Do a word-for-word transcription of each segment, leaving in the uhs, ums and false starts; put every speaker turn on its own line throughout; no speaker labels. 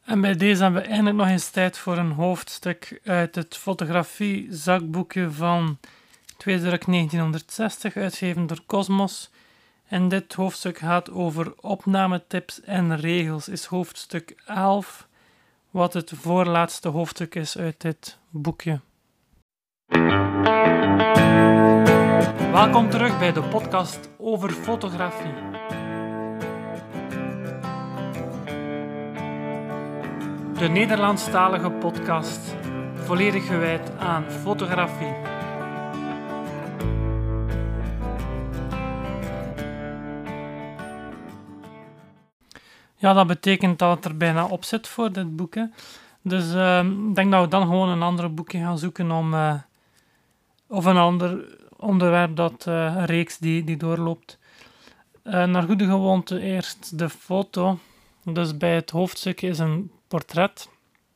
En bij deze hebben we eigenlijk nog eens tijd voor een hoofdstuk uit het fotografie-zakboekje van tweede druk negentienhonderdzestig, uitgegeven door Cosmos. En dit hoofdstuk gaat over opnametips en regels, is hoofdstuk elf, wat het voorlaatste hoofdstuk is uit dit boekje. Welkom terug bij de podcast over fotografie. De Nederlandstalige podcast, volledig gewijd aan fotografie. Ja, dat betekent dat het er bijna op zit voor dit boek. Hè. Dus uh, ik denk dat we dan gewoon een ander boekje gaan zoeken om... Uh, of een ander onderwerp, dat uh, een reeks die, die doorloopt. Uh, naar goede gewoonte eerst de foto. Dus bij het hoofdstukje is een portret.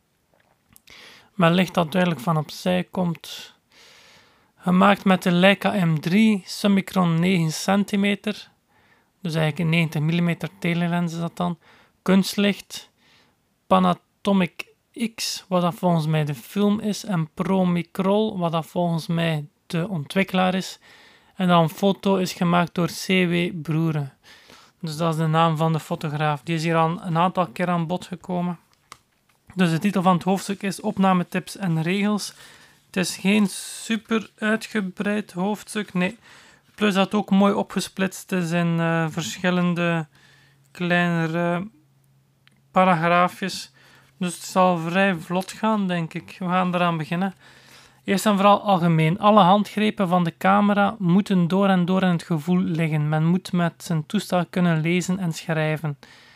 Met licht dat duidelijk van opzij komt. Gemaakt met de Leica M drie, Summicron negen centimeter. Dus eigenlijk een negentig millimeter telelens is dat dan. Kunstlicht. Panatomic X, wat dat volgens mij de film is. En Promicrol, wat dat volgens mij de ontwikkelaar is. En dan foto is gemaakt door C W Broeren. Dus dat is de naam van de fotograaf. Die is hier al een aantal keer aan bod gekomen. Dus de titel van het hoofdstuk is Opnametips en regels. Het is geen super uitgebreid hoofdstuk, nee. Plus dat het ook mooi opgesplitst is in uh, verschillende kleinere paragraafjes. Dus het zal vrij vlot gaan, denk ik. We gaan eraan beginnen. Eerst en vooral algemeen. Alle handgrepen van de camera moeten door en door in het gevoel liggen. Men moet met zijn toestel kunnen lezen en schrijven.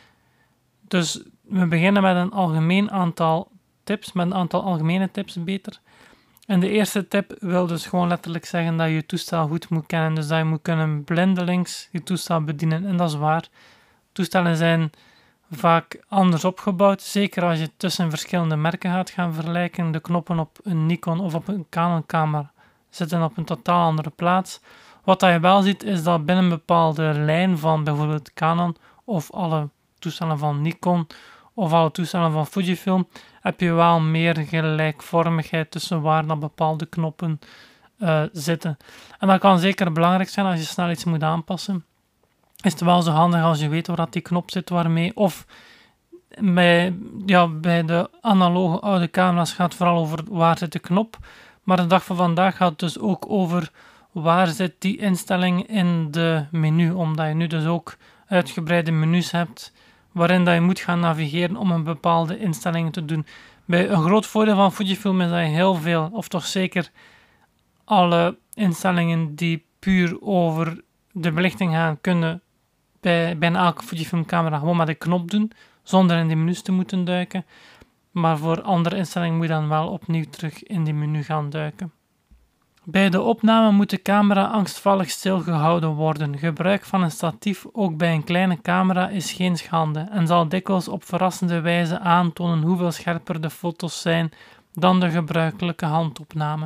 Dus we beginnen met een algemeen aantal tips, met een aantal algemene tips beter. En de eerste tip wil dus gewoon letterlijk zeggen dat je je toestel goed moet kennen. Dus dat je moet kunnen blindelings je toestel bedienen. En dat is waar. Toestellen zijn vaak anders opgebouwd. Zeker als je tussen verschillende merken gaat gaan vergelijken. De knoppen op een Nikon of op een Canon camera zitten op een totaal andere plaats. Wat dat je wel ziet is dat binnen een bepaalde lijn van bijvoorbeeld Canon of alle toestellen van Nikon of alle toestellen van Fujifilm heb je wel meer gelijkvormigheid tussen waar dan bepaalde knoppen uh, zitten. En dat kan zeker belangrijk zijn als je snel iets moet aanpassen. Is het wel zo handig als je weet waar die knop zit waarmee. Of bij, ja, bij de analoge oude camera's gaat het vooral over waar zit de knop. Maar de dag van vandaag gaat het dus ook over waar zit die instelling in de menu. Omdat je nu dus ook uitgebreide menus hebt waarin dat je moet gaan navigeren om een bepaalde instelling te doen. Bij een groot voordeel van Fujifilm is dat je heel veel, of toch zeker alle instellingen die puur over de belichting gaan, kunnen bij bijna elke Fujifilm camera gewoon met een knop doen, zonder in die menus te moeten duiken. Maar voor andere instellingen moet je dan wel opnieuw terug in die menu gaan duiken. Bij de opname moet de camera angstvallig stilgehouden worden. Gebruik van een statief, ook bij een kleine camera, is geen schande en zal dikwijls op verrassende wijze aantonen hoeveel scherper de foto's zijn dan de gebruikelijke handopname.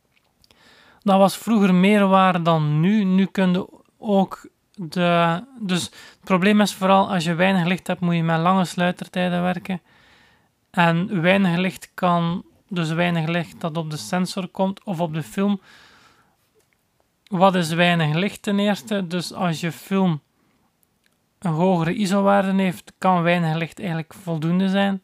Dat was vroeger meer waar dan nu. Nu kun je ook de... Dus het probleem is vooral als je weinig licht hebt, moet je met lange sluitertijden werken. En weinig licht kan... Dus weinig licht dat op de sensor komt of op de film. Wat is weinig licht ten eerste? Dus als je film een hogere I S O-waarde heeft, kan weinig licht eigenlijk voldoende zijn.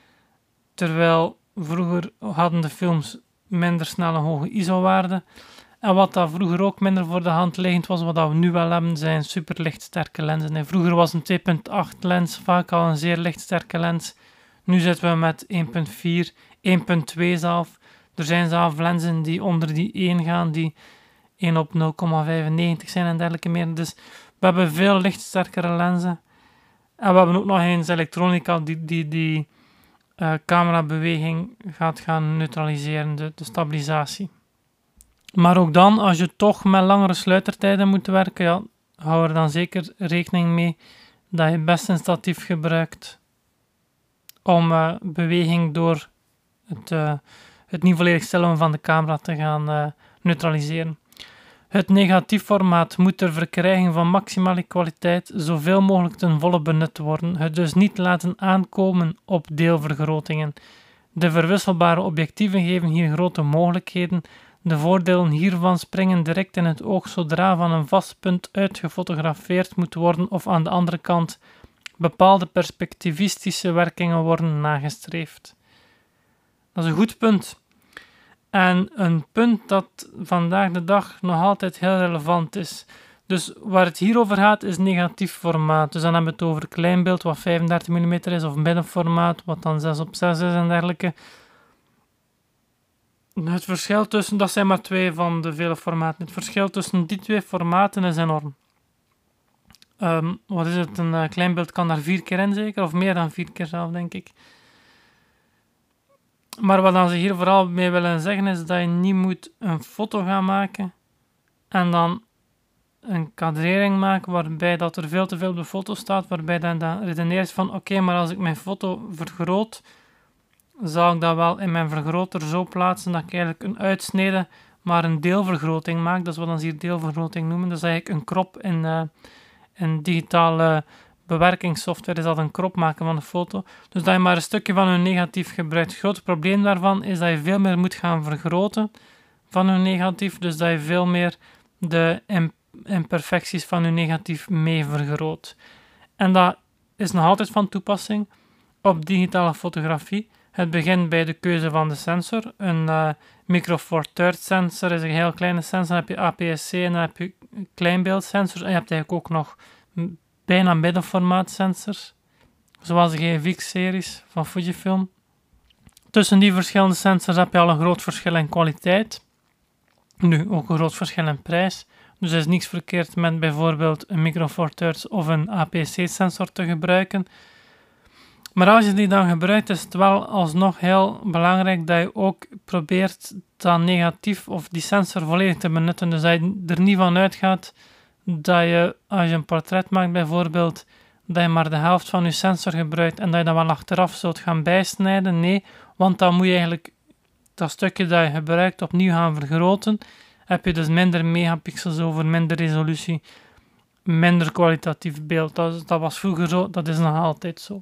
Terwijl vroeger hadden de films minder snel een hoge I S O-waarde. En wat dat vroeger ook minder voor de hand liggend was, wat dat we nu wel hebben, zijn super lichtsterke lenzen. En vroeger was een twee komma acht lens vaak al een zeer lichtsterke lens. Nu zitten we met één komma vier, één komma twee zelf. Er zijn zelf lenzen die onder die één gaan, die één op nul komma vijfennegentig zijn en dergelijke meer. Dus we hebben veel lichtsterkere lenzen. En we hebben ook nog eens elektronica die die, die uh, camerabeweging gaat gaan neutraliseren, de, de stabilisatie. Maar ook dan, als je toch met langere sluitertijden moet werken, ja, hou er dan zeker rekening mee dat je best een statief gebruikt om uh, beweging door het, uh, het niet volledig stellen van de camera te gaan uh, neutraliseren. Het negatiefformaat moet ter verkrijging van maximale kwaliteit zoveel mogelijk ten volle benut worden, het dus niet laten aankomen op deelvergrotingen. De verwisselbare objectieven geven hier grote mogelijkheden. De voordelen hiervan springen direct in het oog zodra van een vast punt uit gefotografeerd moet worden of aan de andere kant bepaalde perspectivistische werkingen worden nagestreefd. Dat is een goed punt. En een punt dat vandaag de dag nog altijd heel relevant is. Dus waar het hier over gaat is negatief formaat. Dus dan hebben we het over kleinbeeld wat vijfendertig millimeter is of middenformaat wat dan zes op zes is en dergelijke. Het verschil tussen, dat zijn maar twee van de vele formaten. Het verschil tussen die twee formaten is enorm. Um, wat is het? Een uh, kleinbeeld kan daar vier keer in zeker, of meer dan vier keer zelf, denk ik. Maar wat dan ze hier vooral mee willen zeggen is dat je niet moet een foto gaan maken en dan een kadrering maken waarbij dat er veel te veel op de foto staat, waarbij dan, dan redeneert van oké, okay, maar als ik mijn foto vergroot, zal ik dat wel in mijn vergroter zo plaatsen dat ik eigenlijk een uitsnede, maar een deelvergroting maak. Dat is wat we hier deelvergroting noemen. Dat is eigenlijk een crop in, uh, in digitale bewerkingssoftware, is dat een crop maken van een foto. Dus dat je maar een stukje van hun negatief gebruikt. Het grote probleem daarvan is dat je veel meer moet gaan vergroten van hun negatief, dus dat je veel meer de imperfecties van hun negatief mee vergroot. En dat is nog altijd van toepassing op digitale fotografie. Het begint bij de keuze van de sensor. Een uh, Micro Four Thirds sensor is een heel kleine sensor. Dan heb je A P S C en dan heb je kleinbeeldsensors. En je hebt eigenlijk ook nog bijna middenformaat sensors, zoals de G F X-series van Fujifilm. Tussen die verschillende sensors heb je al een groot verschil in kwaliteit. Nu, ook een groot verschil in prijs. Dus er is niets verkeerd met bijvoorbeeld een Micro Four Thirds of een A P S C-sensor te gebruiken. Maar als je die dan gebruikt, is het wel alsnog heel belangrijk dat je ook probeert dat negatief of die sensor volledig te benutten. Dus dat je er niet van uitgaat dat je, als je een portret maakt bijvoorbeeld, dat je maar de helft van je sensor gebruikt en dat je dat wel achteraf zult gaan bijsnijden. Nee, want dan moet je eigenlijk dat stukje dat je gebruikt opnieuw gaan vergroten. Heb je dus minder megapixels over, minder resolutie, minder kwalitatief beeld. Dat, dat was vroeger zo, dat is nog altijd zo.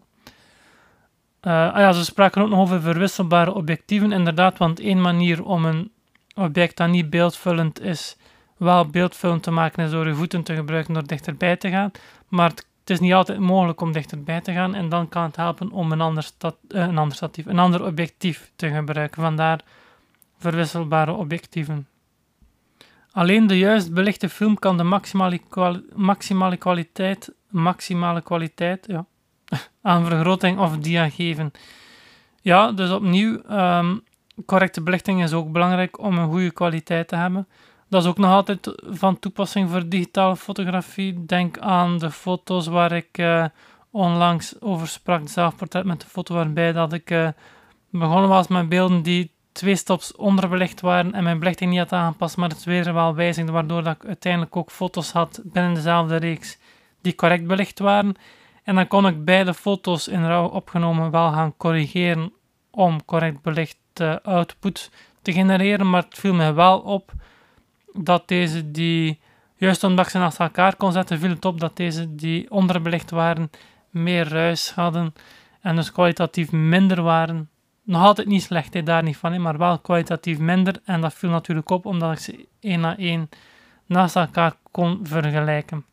Uh, ah ja, ze spraken ook nog over verwisselbare objectieven, inderdaad, want één manier om een object dat niet beeldvullend is, wel beeldvullend te maken is door je voeten te gebruiken door dichterbij te gaan, maar het, het is niet altijd mogelijk om dichterbij te gaan en dan kan het helpen om een ander, stat, uh, een ander statief, een ander objectief te gebruiken, vandaar verwisselbare objectieven. Alleen de juist belichte film kan de maximale, kwali- maximale kwaliteit, maximale kwaliteit, ja, aan vergroting of dia geven. Ja, dus opnieuw, um, correcte belichting is ook belangrijk om een goede kwaliteit te hebben. Dat is ook nog altijd van toepassing voor digitale fotografie. Denk aan de foto's waar ik uh, onlangs over sprak, de zelfportret met de foto waarbij dat ik uh, begonnen was met beelden die twee stops onderbelicht waren en mijn belichting niet had aangepast, maar het weer wel wijzigde, waardoor dat ik uiteindelijk ook foto's had binnen dezelfde reeks die correct belicht waren. En dan kon ik beide foto's in RAW opgenomen wel gaan corrigeren om correct belicht uh, output te genereren, maar het viel mij wel op dat deze die, juist omdat ik ze naast elkaar kon zetten, viel het op dat deze die onderbelicht waren, meer ruis hadden en dus kwalitatief minder waren. Nog altijd niet slecht, he, daar niet van, he, maar wel kwalitatief minder. En dat viel natuurlijk op omdat ik ze één na één naast elkaar kon vergelijken.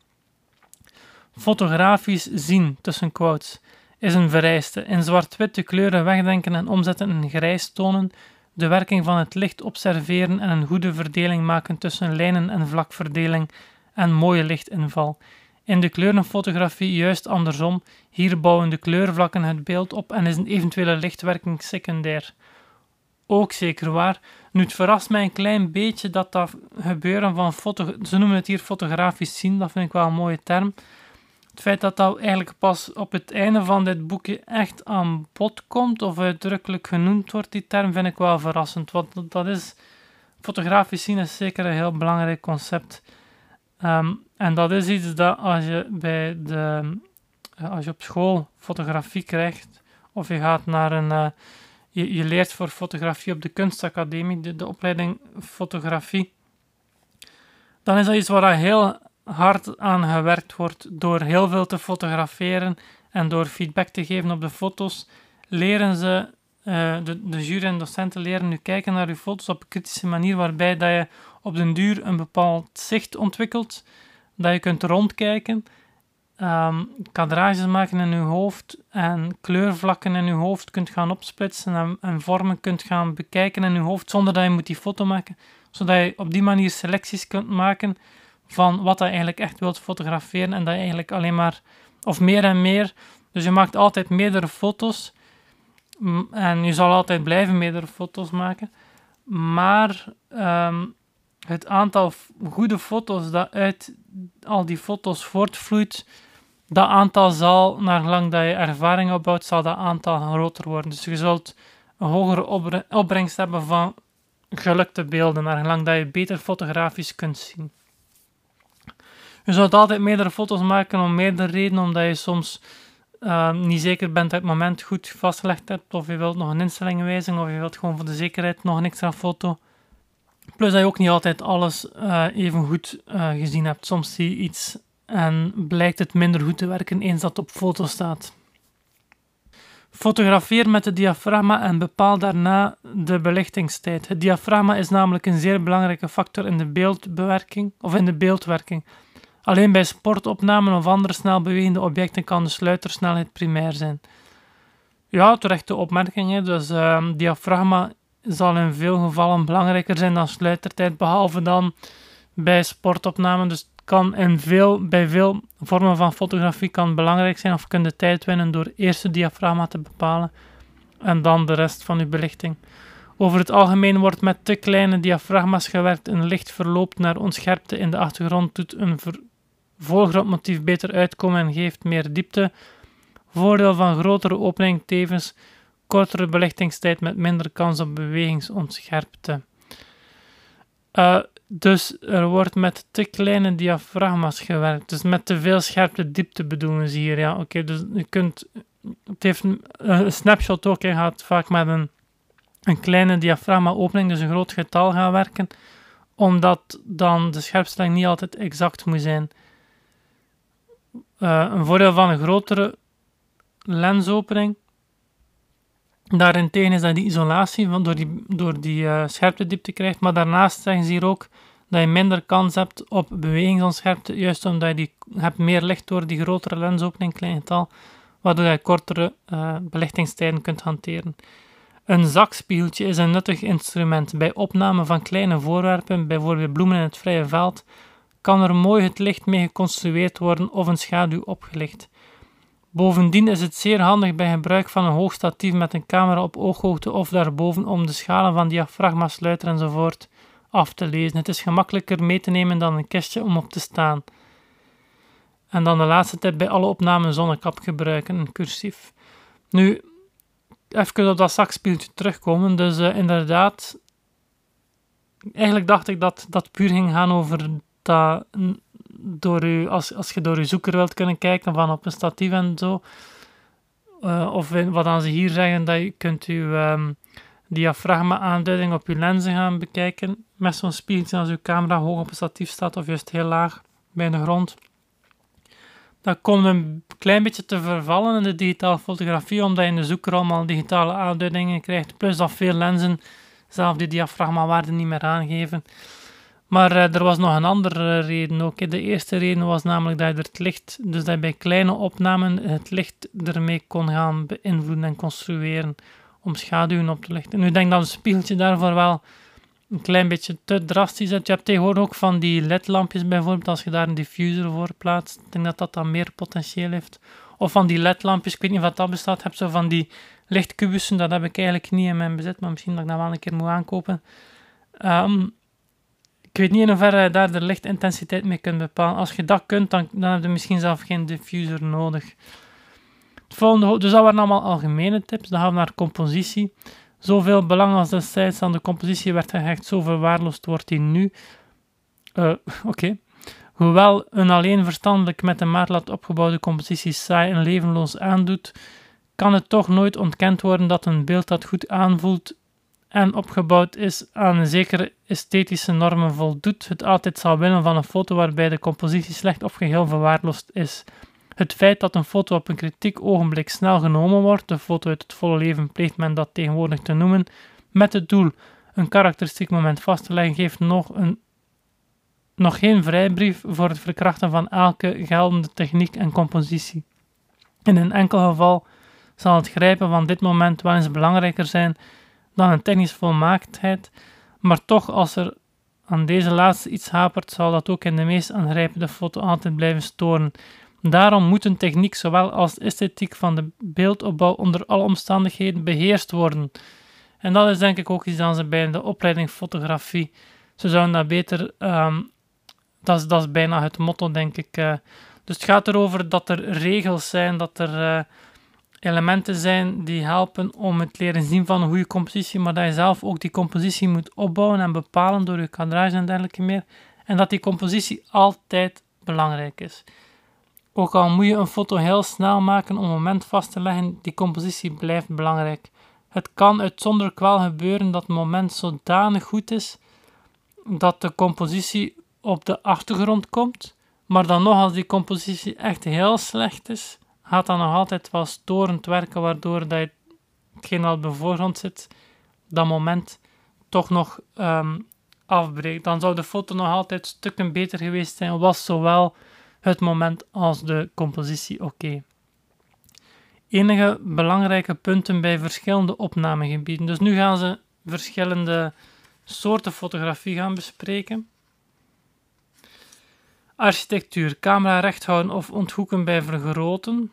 Fotografisch zien, tussen quotes, is een vereiste. In zwart-wit de kleuren wegdenken en omzetten in grijs tonen, de werking van het licht observeren en een goede verdeling maken tussen lijnen en vlakverdeling en mooie lichtinval. In de kleurenfotografie juist andersom, hier bouwen de kleurvlakken het beeld op en is een eventuele lichtwerking secundair. Ook zeker waar. Nu, het verrast mij een klein beetje dat dat gebeuren van foto... Ze noemen het hier fotografisch zien, dat vind ik wel een mooie term. Het feit dat dat eigenlijk pas op het einde van dit boekje echt aan bod komt, of uitdrukkelijk genoemd wordt, die term, vind ik wel verrassend. Want dat is... Fotografisch zien is zeker een heel belangrijk concept. Um, en dat is iets dat als je, bij de, als je op school fotografie krijgt, of je gaat naar een... Uh, je, je leert voor fotografie op de kunstacademie, de, de opleiding fotografie, dan is dat iets waar heel hard aan gewerkt wordt door heel veel te fotograferen en door feedback te geven op de foto's. Leren ze, uh, de, de jury en docenten leren nu kijken naar je foto's op een kritische manier, waarbij dat je op den duur een bepaald zicht ontwikkelt, dat je kunt rondkijken, um, kadrages maken in je hoofd en kleurvlakken in je hoofd kunt gaan opsplitsen en, en vormen kunt gaan bekijken in je hoofd, zonder dat je moet die foto maken, zodat je op die manier selecties kunt maken van wat je eigenlijk echt wilt fotograferen en dat je eigenlijk alleen maar, of meer en meer, dus je maakt altijd meerdere foto's en je zal altijd blijven meerdere foto's maken, maar um, het aantal goede foto's dat uit al die foto's voortvloeit, dat aantal zal, naar gelang dat je ervaring opbouwt, zal dat aantal groter worden. Dus je zult een hogere opbrengst hebben van gelukte beelden, naar gelang dat je beter fotografisch kunt zien. Je zult altijd meerdere foto's maken om meerdere redenen, omdat je soms uh, niet zeker bent dat je het moment goed vastgelegd hebt, of je wilt nog een instelling wijzigen, of je wilt gewoon voor de zekerheid nog een extra foto. Plus dat je ook niet altijd alles uh, even goed uh, gezien hebt. Soms zie je iets en blijkt het minder goed te werken eens dat het op foto staat. Fotografeer met de diafragma en bepaal daarna de belichtingstijd. Het diafragma is namelijk een zeer belangrijke factor in de beeldbewerking of in de beeldwerking. Alleen bij sportopnamen of andere snel bewegende objecten kan de sluitersnelheid primair zijn. Ja, terechte opmerking. Hè. Dus uh, diafragma zal in veel gevallen belangrijker zijn dan sluitertijd, behalve dan bij sportopnamen. Dus het kan in veel, bij veel vormen van fotografie kan het belangrijk zijn, of je kunt de tijd winnen door eerst het diafragma te bepalen en dan de rest van je belichting. Over het algemeen wordt met te kleine diafragma's gewerkt. Een licht verloop naar onscherpte in de achtergrond doet een voorgrondmotief beter uitkomen en geeft meer diepte. Voordeel van grotere opening tevens kortere belichtingstijd met minder kans op bewegingsonscherpte. Uh, dus er wordt met te kleine diafragma's gewerkt. Dus met te veel scherpte diepte bedoelen ze hier. Ja, oké, okay, dus je kunt... Het heeft een, een snapshot ook. Je gaat vaak met een, een kleine diafragma-opening, dus een groot getal gaan werken, omdat dan de scherpstelling niet altijd exact moet zijn. Uh, een voordeel van een grotere lensopening daarentegen is dat die isolatie van door die, door die uh, scherptediepte krijgt, maar daarnaast zeggen ze hier ook dat je minder kans hebt op bewegingsonscherpte, juist omdat je die, hebt meer licht door die grotere lensopening, klein getal, waardoor je kortere uh, belichtingstijden kunt hanteren. Een zakspiegeltje is een nuttig instrument. Bij opname van kleine voorwerpen, bijvoorbeeld bloemen in het vrije veld, kan er mooi het licht mee geconstrueerd worden of een schaduw opgelicht. Bovendien is het zeer handig bij gebruik van een hoog statief met een camera op ooghoogte of daarboven om de schalen van diafragma, sluiter enzovoort af te lezen. Het is gemakkelijker mee te nemen dan een kistje om op te staan. En dan de laatste tip, bij alle opnamen zonnekap gebruiken, een cursief. Nu, even op dat zakspieltje terugkomen. Dus uh, inderdaad, eigenlijk dacht ik dat dat puur ging gaan over dat... Door u, als, als je door je zoeker wilt kunnen kijken van op een statief en zo, uh, of in, wat dan ze hier zeggen, dat je kunt uw um, diafragma aanduiding op uw lenzen gaan bekijken met zo'n spiegeltje als uw camera hoog op een statief staat of juist heel laag bij de grond. Dat komt een klein beetje te vervallen in de digitale fotografie, omdat je in de zoeker allemaal digitale aanduidingen krijgt, plus dat veel lenzen zelf die diafragma-waarde niet meer aangeven. Maar uh, er was nog een andere reden ook. De eerste reden was namelijk dat je er het licht, dus dat je bij kleine opnamen het licht ermee kon gaan beïnvloeden en construeren om schaduwen op te lichten. Nu denk ik dat een spiegeltje daarvoor wel een klein beetje te drastisch is. Je hebt tegenwoordig ook van die L E D-lampjes bijvoorbeeld, als je daar een diffuser voor plaatst. Ik denk dat dat dan meer potentieel heeft. Of van die L E D-lampjes, ik weet niet of dat bestaat. Je hebt zo van die lichtkubussen, dat heb ik eigenlijk niet in mijn bezit, maar misschien dat ik dat wel een keer moet aankopen. Um, Ik weet niet in hoeverre je daar de lichtintensiteit mee kunt bepalen. Als je dat kunt, dan, dan heb je misschien zelf geen diffuser nodig. Het volgende, dus dat waren allemaal algemene tips. Dan gaan we naar compositie. Zoveel belang als destijds aan de compositie werd gehecht, zo verwaarloosd wordt die nu. Uh, Oké. Okay. Hoewel een alleen verstandelijk met een maatlat opgebouwde compositie saai en levenloos aandoet, kan het toch nooit ontkend worden dat een beeld dat goed aanvoelt en opgebouwd is aan een zekere esthetische normen voldoet, het altijd zal winnen van een foto waarbij de compositie slecht of geheel verwaarloosd is. Het feit dat een foto op een kritiek ogenblik snel genomen wordt, de foto uit het volle leven pleegt men dat tegenwoordig te noemen, met het doel een karakteristiek moment vast te leggen, geeft nog, een, nog geen vrijbrief voor het verkrachten van elke geldende techniek en compositie. In een enkel geval zal het grijpen van dit moment wel eens belangrijker zijn dan een technische volmaaktheid, maar toch als er aan deze laatste iets hapert, zal dat ook in de meest aangrijpende foto altijd blijven storen. Daarom moet een techniek zowel als de esthetiek van de beeldopbouw onder alle omstandigheden beheerst worden. En dat is denk ik ook iets aan ze bij de opleiding fotografie. Ze zouden dat beter, um, dat, is, dat is bijna het motto denk ik. Uh. Dus het gaat erover dat er regels zijn, dat er uh, elementen zijn die helpen om het leren zien van een goede compositie, maar dat je zelf ook die compositie moet opbouwen en bepalen door je kadrage en dergelijke meer. En dat die compositie altijd belangrijk is. Ook al moet je een foto heel snel maken om een moment vast te leggen, die compositie blijft belangrijk. Het kan uitzonderlijk wel gebeuren dat het moment zodanig goed is dat de compositie op de achtergrond komt, maar dan nog als die compositie echt heel slecht is, gaat dat nog altijd wel storend werken, waardoor dat je hetgeen dat op de voorgrond zit, dat moment toch nog um, afbreekt. Dan zou de foto nog altijd stukken beter geweest zijn, was zowel het moment als de compositie oké. Okay. Enige belangrijke punten bij verschillende opnamegebieden. Dus nu gaan ze verschillende soorten fotografie gaan bespreken. Architectuur, camera recht houden of onthoeken bij vergroten.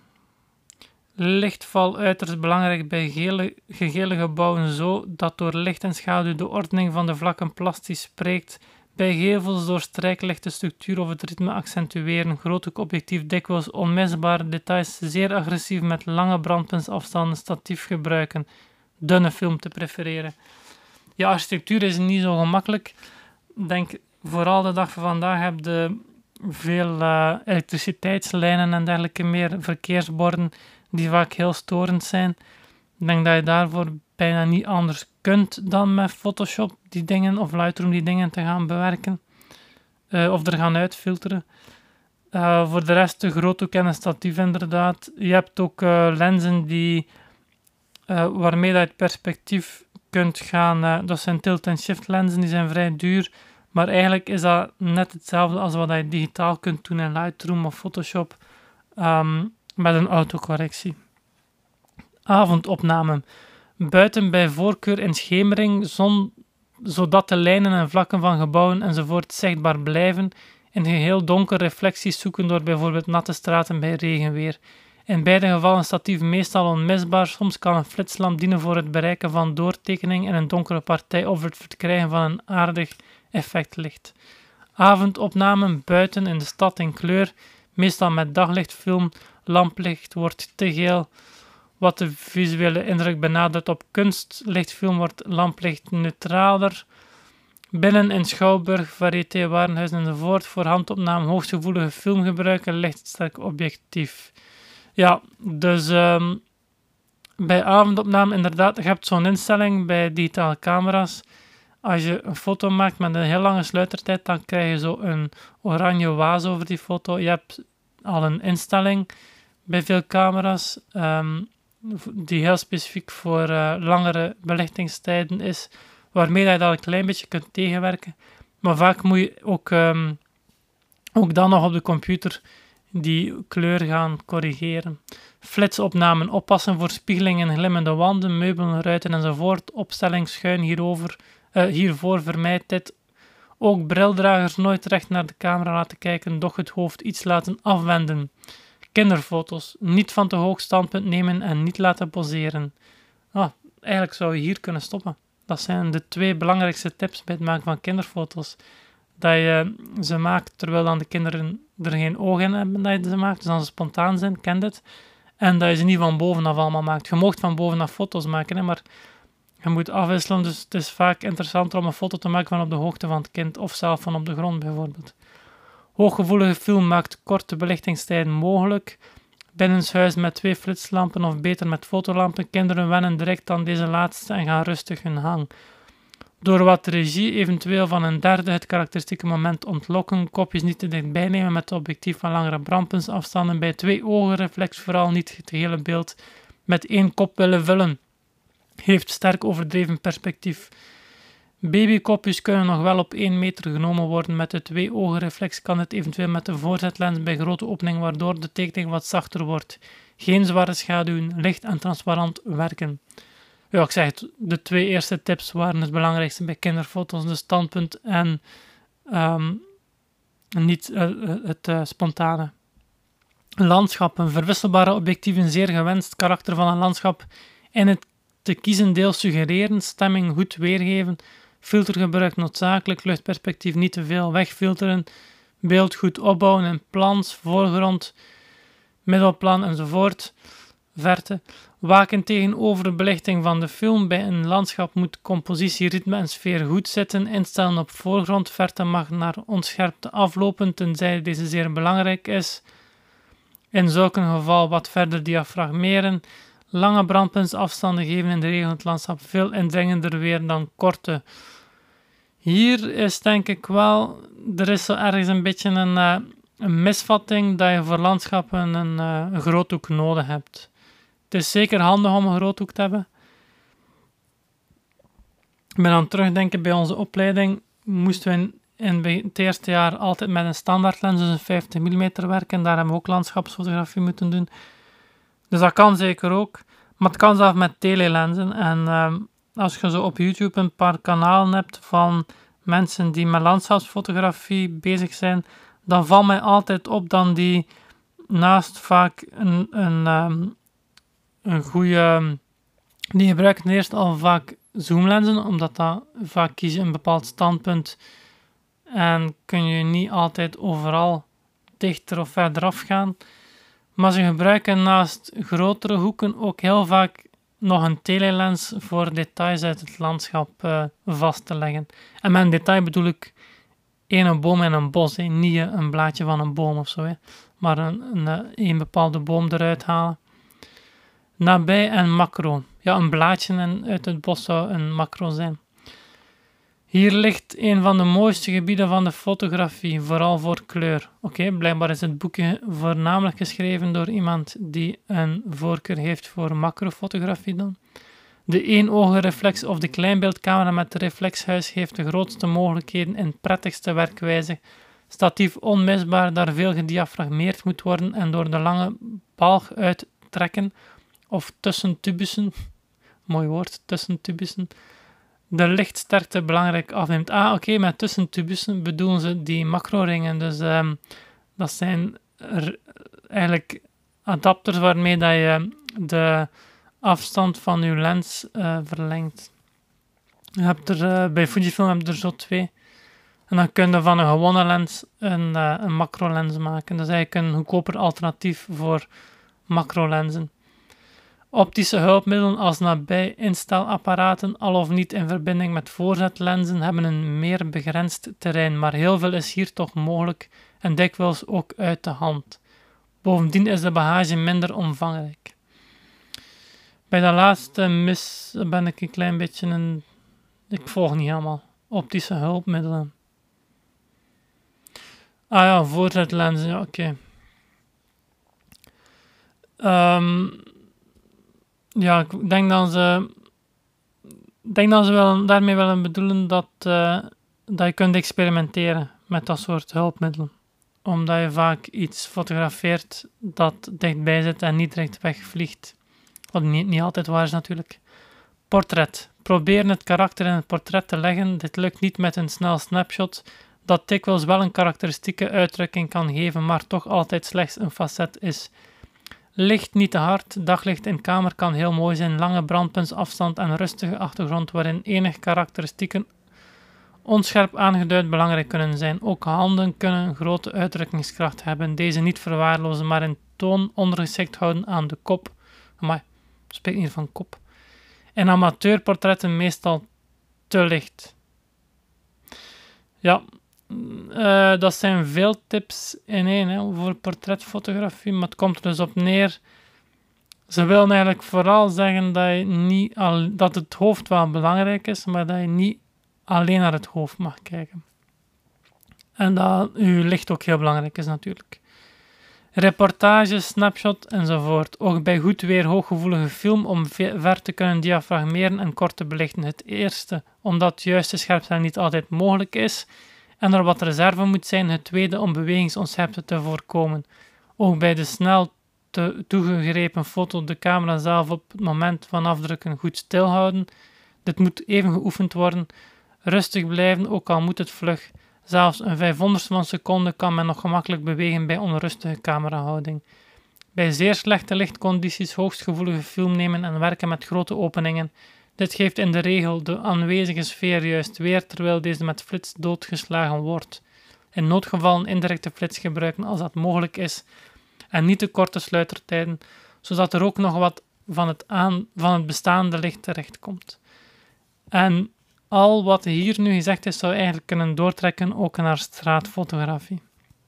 Lichtval uiterst belangrijk bij gele, gegele gebouwen zo dat door licht en schaduw de ordening van de vlakken plastisch spreekt. Bij gevels door strijklicht de structuur of het ritme accentueren. Groot objectief dikwijls onmisbare details zeer agressief met lange brandpuntsafstanden statief gebruiken. Dunne film te prefereren. Ja, architectuur is niet zo gemakkelijk. Ik denk vooral de dag van vandaag heb je veel uh, elektriciteitslijnen en dergelijke meer, verkeersborden die vaak heel storend zijn. Ik denk dat je daarvoor bijna niet anders kunt dan met Photoshop die dingen of Lightroom die dingen te gaan bewerken uh, of er gaan uitfilteren. Uh, voor de rest de groothoek en een statief inderdaad. Je hebt ook uh, lenzen die uh, waarmee dat je het perspectief kunt gaan. Uh, dat zijn tilt en shift lenzen, die zijn vrij duur. Maar eigenlijk is dat net hetzelfde als wat je digitaal kunt doen in Lightroom of Photoshop um, met een autocorrectie. Avondopname. Buiten bij voorkeur in schemering, zon, zodat de lijnen en vlakken van gebouwen enzovoort zichtbaar blijven. In geheel donker reflecties zoeken door bijvoorbeeld natte straten bij regenweer. In beide gevallen statief meestal onmisbaar, soms kan een flitslamp dienen voor het bereiken van doortekening in een donkere partij of het verkrijgen van een aardig effectlicht. Avondopnamen buiten in de stad in kleur, meestal met daglichtfilm, lamplicht wordt te geel, wat de visuele indruk benadrukt. Op kunstlichtfilm wordt lamplicht neutraler. Binnen in schouwburg, variété, warenhuis enzovoort. Voor handopname hooggevoelige film gebruiken, lichtsterk objectief. Ja, dus um, bij avondopname inderdaad, je hebt zo'n instelling bij digitale camera's. Als je een foto maakt met een heel lange sluitertijd, dan krijg je zo een oranje waas over die foto. Je hebt al een instelling bij veel camera's um, die heel specifiek voor uh, langere belichtingstijden is, waarmee je dat een klein beetje kunt tegenwerken. Maar vaak moet je ook, um, ook dan nog op de computer die kleur gaan corrigeren. Flitsopnamen, oppassen voor spiegelingen, glimmende wanden, meubelen, ruiten enzovoort. Opstelling schuin hierover, uh, hiervoor vermijd dit. Ook brildragers nooit recht naar de camera laten kijken, doch het hoofd iets laten afwenden. Kinderfoto's, niet van te hoog standpunt nemen en niet laten poseren. Ah, eigenlijk zou je hier kunnen stoppen. Dat zijn de twee belangrijkste tips bij het maken van kinderfoto's. Dat je ze maakt terwijl dan de kinderen er geen ogen in hebben dat je ze maakt, dus dan ze spontaan zijn, ken dit. En dat je ze niet van bovenaf allemaal maakt. Je mag van bovenaf foto's maken, hè, maar je moet afwisselen, dus het is vaak interessanter om een foto te maken van op de hoogte van het kind, of zelf van op de grond bijvoorbeeld. Hooggevoelige film maakt korte belichtingstijden mogelijk. Binnenshuis met twee flitslampen of beter met fotolampen. Kinderen wennen direct aan deze laatste en gaan rustig hun gang. Door wat de regie eventueel van een derde het karakteristieke moment ontlokken, kopjes niet te dichtbij nemen met het objectief van langere brandpuntsafstanden, bij twee ogen reflex vooral niet het hele beeld met één kop willen vullen. Heeft sterk overdreven perspectief. Babykopjes kunnen nog wel op één meter genomen worden. Met de twee ogen reflex kan het eventueel met de voorzetlens bij grote opening, waardoor de tekening wat zachter wordt. Geen zware schaduwen, licht en transparant werken. Ja, ik zeg het, de twee eerste tips waren het belangrijkste bij kinderfoto's, de standpunt en um, niet uh, het uh, spontane. Landschappen, verwisselbare objectieven, zeer gewenst. Karakter van een landschap in het te kiezen deel suggereren, stemming goed weergeven, filtergebruik noodzakelijk, luchtperspectief niet te veel wegfilteren, beeld goed opbouwen in plans, voorgrond, middelplan enzovoort, verte. Waken tegenover de belichting van de film. Bij een landschap moet compositie, ritme en sfeer goed zitten. Instellen op voorgrond. Verte mag naar onscherpte aflopen, tenzij deze zeer belangrijk is. In zulke geval wat verder diafragmeren. Lange brandpuntsafstanden geven in de regel het landschap veel indringender weer dan korte. Hier is denk ik wel, er is zo ergens een beetje een, uh, een misvatting dat je voor landschappen een, uh, een groothoek nodig hebt. Het is zeker handig om een groothoek te hebben. Ik ben aan het terugdenken, bij onze opleiding moesten we in, in het eerste jaar altijd met een standaardlens, dus een vijftig millimeter werken. Daar hebben we ook landschapsfotografie moeten doen. Dus dat kan zeker ook. Maar het kan zelfs met telelenzen. En uh, als je zo op YouTube een paar kanalen hebt van mensen die met landschapsfotografie bezig zijn, dan valt mij altijd op dat die naast vaak een, een, um, een goede... Die gebruiken eerst al vaak zoomlenzen, omdat dat vaak kies je een bepaald standpunt en kun je niet altijd overal dichter of verder afgaan. Maar ze gebruiken naast grotere hoeken ook heel vaak nog een telelens voor details uit het landschap uh, vast te leggen. En met een detail bedoel ik één boom in een bos, hè. Niet een blaadje van een boom of zo, hè. Maar een, een, een bepaalde boom eruit halen. Nabij en macro. Ja, een blaadje uit het bos zou een macro zijn. Hier ligt een van de mooiste gebieden van de fotografie, vooral voor kleur. Oké, okay, blijkbaar is het boekje voornamelijk geschreven door iemand die een voorkeur heeft voor macrofotografie dan. De éénogenreflex of de kleinbeeldcamera met de reflexhuis geeft de grootste mogelijkheden in prettigste werkwijze. Statief onmisbaar, daar veel gediafragmeerd moet worden en door de lange balg uittrekken of tussen tubussen, mooi woord, tussen tubussen, de lichtsterkte belangrijk afneemt. Ah, oké, okay, met tussentubussen bedoelen ze die macroringen. Dus um, dat zijn er eigenlijk adapters waarmee dat je de afstand van je lens uh, verlengt. Je hebt er, uh, bij Fujifilm heb je er zo twee. En dan kun je van een gewone lens een, uh, een macrolens maken. Dat is eigenlijk een goedkoper alternatief voor macrolenzen. Optische hulpmiddelen als nabij installapparaten, al of niet in verbinding met voorzetlenzen, hebben een meer begrensd terrein, maar heel veel is hier toch mogelijk en dikwijls ook uit de hand. Bovendien is de bagage minder omvangrijk. Bij dat laatste mis ben ik een klein beetje een... Ik volg niet helemaal. Optische hulpmiddelen. Ah ja, voorzetlenzen, ja, oké. Okay. Um, Ja, ik denk dat ze, denk dat ze wel, daarmee willen bedoelen dat, uh, dat je kunt experimenteren met dat soort hulpmiddelen. Omdat je vaak iets fotografeert dat dichtbij zit en niet direct wegvliegt. Wat niet, niet altijd waar is natuurlijk. Portret. Proberen het karakter in het portret te leggen. Dit lukt niet met een snel snapshot, dat dikwijls wel een karakteristieke uitdrukking kan geven, maar toch altijd slechts een facet is. Licht niet te hard, daglicht in kamer kan heel mooi zijn, lange brandpuntsafstand en rustige achtergrond waarin enig karakteristieken onscherp aangeduid belangrijk kunnen zijn. Ook handen kunnen grote uitdrukkingskracht hebben, deze niet verwaarlozen, maar in toon ondergeschikt houden aan de kop. Amai, ik spreek hier van kop. In amateurportretten meestal te licht. Ja, Uh, dat zijn veel tips in één hè, voor portretfotografie, maar het komt er dus op neer. Ze willen eigenlijk vooral zeggen dat, je niet al, dat het hoofd wel belangrijk is, maar dat je niet alleen naar het hoofd mag kijken. En dat je licht ook heel belangrijk is natuurlijk. Reportage, snapshot enzovoort. Ook bij goed weer hooggevoelige film om ver te kunnen diafragmeren en kort te belichten. Het eerste, omdat juiste scherpstelling niet altijd mogelijk is en er wat reserve moet zijn. Het tweede, om bewegingsontscherpte te voorkomen. Ook bij de snel te toegegrepen foto de camera zelf op het moment van afdrukken goed stilhouden. Dit moet even geoefend worden. Rustig blijven, ook al moet het vlug. Zelfs een vijfhonderdste van een seconde kan men nog gemakkelijk bewegen bij onrustige camerahouding. Bij zeer slechte lichtcondities hoogstgevoelige film nemen en werken met grote openingen. Dit geeft in de regel de aanwezige sfeer juist weer, terwijl deze met flits doodgeslagen wordt. In noodgevallen indirecte flits gebruiken als dat mogelijk is en niet te korte sluitertijden, zodat er ook nog wat van het, aan, van het bestaande licht terechtkomt. En al wat hier nu gezegd is, zou eigenlijk kunnen doortrekken ook naar straatfotografie.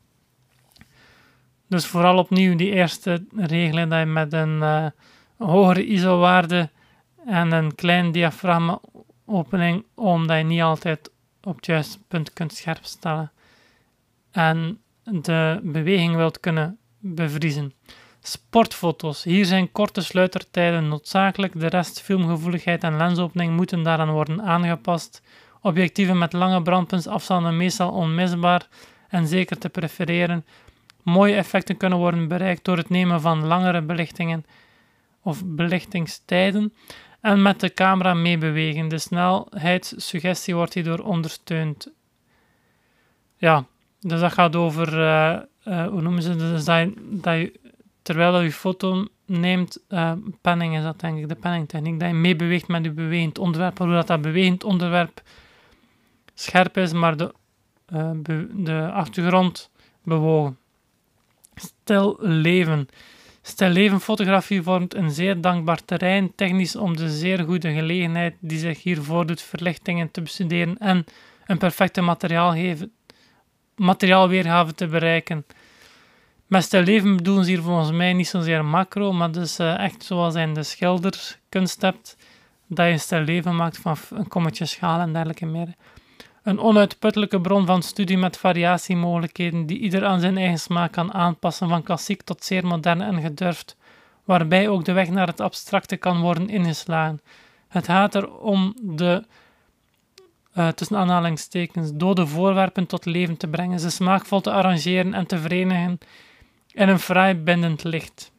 Dus vooral opnieuw die eerste regel, dat je met een uh, hogere I S O-waarde en een klein diafragma-opening, omdat je niet altijd op het juiste punt kunt scherpstellen en de beweging wilt kunnen bevriezen. Sportfoto's. Hier zijn korte sluitertijden noodzakelijk. De rest, filmgevoeligheid en lensopening moeten daaraan worden aangepast. Objectieven met lange brandpuntsafstanden meestal onmisbaar en zeker te prefereren. Mooie effecten kunnen worden bereikt door het nemen van langere belichtingen of belichtingstijden en met de camera meebewegen. De snelheidssuggestie wordt hierdoor ondersteund. Ja, dus dat gaat over, uh, uh, hoe noemen ze het, dus dat je, dat je terwijl je je foto neemt, uh, penning is dat denk ik, de penningtechniek, dat je meebeweegt met je bewegend onderwerp, waardoor dat, dat bewegend onderwerp scherp is, maar de, uh, be- de achtergrond bewogen. Stil leven. Stil leven fotografie vormt een zeer dankbaar terrein, technisch om de zeer goede gelegenheid die zich hier voordoet verlichtingen te bestuderen en een perfecte materiaalgeve, materiaalweergave te bereiken. Met stil leven bedoelen ze hier volgens mij niet zozeer macro, maar dus uh, echt zoals in de schilderkunst hebt, dat je een stil leven maakt van een kommetje schaal en dergelijke meer. Een onuitputtelijke bron van studie met variatiemogelijkheden die ieder aan zijn eigen smaak kan aanpassen, van klassiek tot zeer modern en gedurfd, waarbij ook de weg naar het abstracte kan worden ingeslagen. Het gaat er om de, uh, tussen aanhalingstekens, dode voorwerpen tot leven te brengen, ze smaakvol te arrangeren en te verenigen in een fraai bindend licht.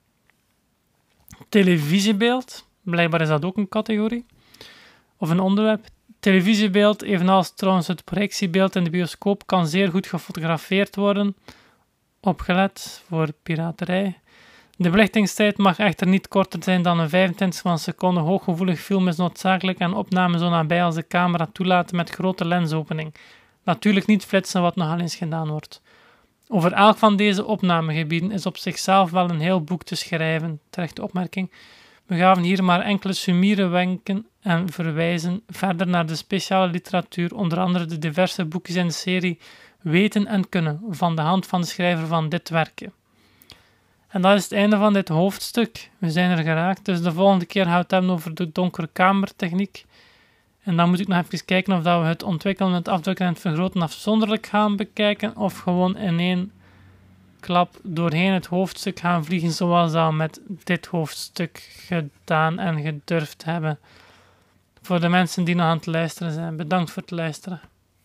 Televisiebeeld, blijkbaar is dat ook een categorie, of een onderwerp. Televisiebeeld, evenals trouwens het projectiebeeld in de bioscoop, kan zeer goed gefotografeerd worden. Opgelet voor piraterij. De belichtingstijd mag echter niet korter zijn dan een vijfentwintigste van een seconde. Hooggevoelig film is noodzakelijk en opname zo nabij als de camera toelaten met grote lensopening. Natuurlijk niet flitsen, wat nogal eens gedaan wordt. Over elk van deze opnamegebieden is op zichzelf wel een heel boek te schrijven. Terechte opmerking. We gaven hier maar enkele summiere wenken en verwijzen verder naar de speciale literatuur, onder andere de diverse boekjes in de serie Weten en Kunnen, van de hand van de schrijver van dit werkje. En dat is het einde van dit hoofdstuk. We zijn er geraakt, dus de volgende keer gaan we het hebben over de donkere kamertechniek. En dan moet ik nog even kijken of dat we het ontwikkelen, het afdrukken en het vergroten afzonderlijk gaan bekijken, of gewoon in één klap doorheen het hoofdstuk gaan vliegen, zoals dat we met dit hoofdstuk gedaan en gedurfd hebben. Voor de mensen die nog aan het luisteren zijn, bedankt voor het luisteren.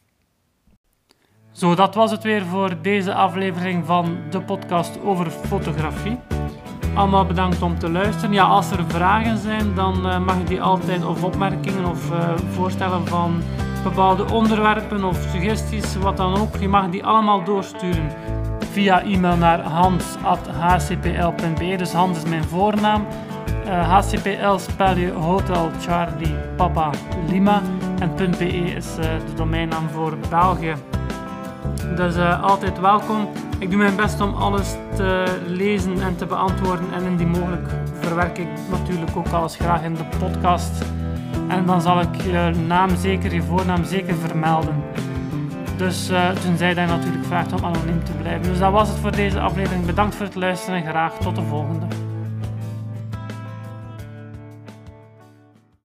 Zo, dat was het weer voor deze aflevering van de podcast over fotografie. Allemaal bedankt om te luisteren. Ja, als er vragen zijn, dan uh, mag je die altijd, of opmerkingen of uh, voorstellen van bepaalde onderwerpen of suggesties, wat dan ook. Je mag die allemaal doorsturen via e-mail naar hans at h c p l punt b e. Dus Hans is mijn voornaam. Uh, H C P L spel je Hotel Charlie Papa Lima en .be is uh, de domeinnaam voor België. Dus uh, altijd welkom. Ik doe mijn best om alles te lezen en te beantwoorden en indien mogelijk verwerk ik natuurlijk ook alles graag in de podcast. En dan zal ik je naam zeker, je voornaam zeker vermelden. Dus uh, toen zei hij natuurlijk vraagt om anoniem te blijven. Dus dat was het voor deze aflevering. Bedankt voor het luisteren en graag tot de volgende.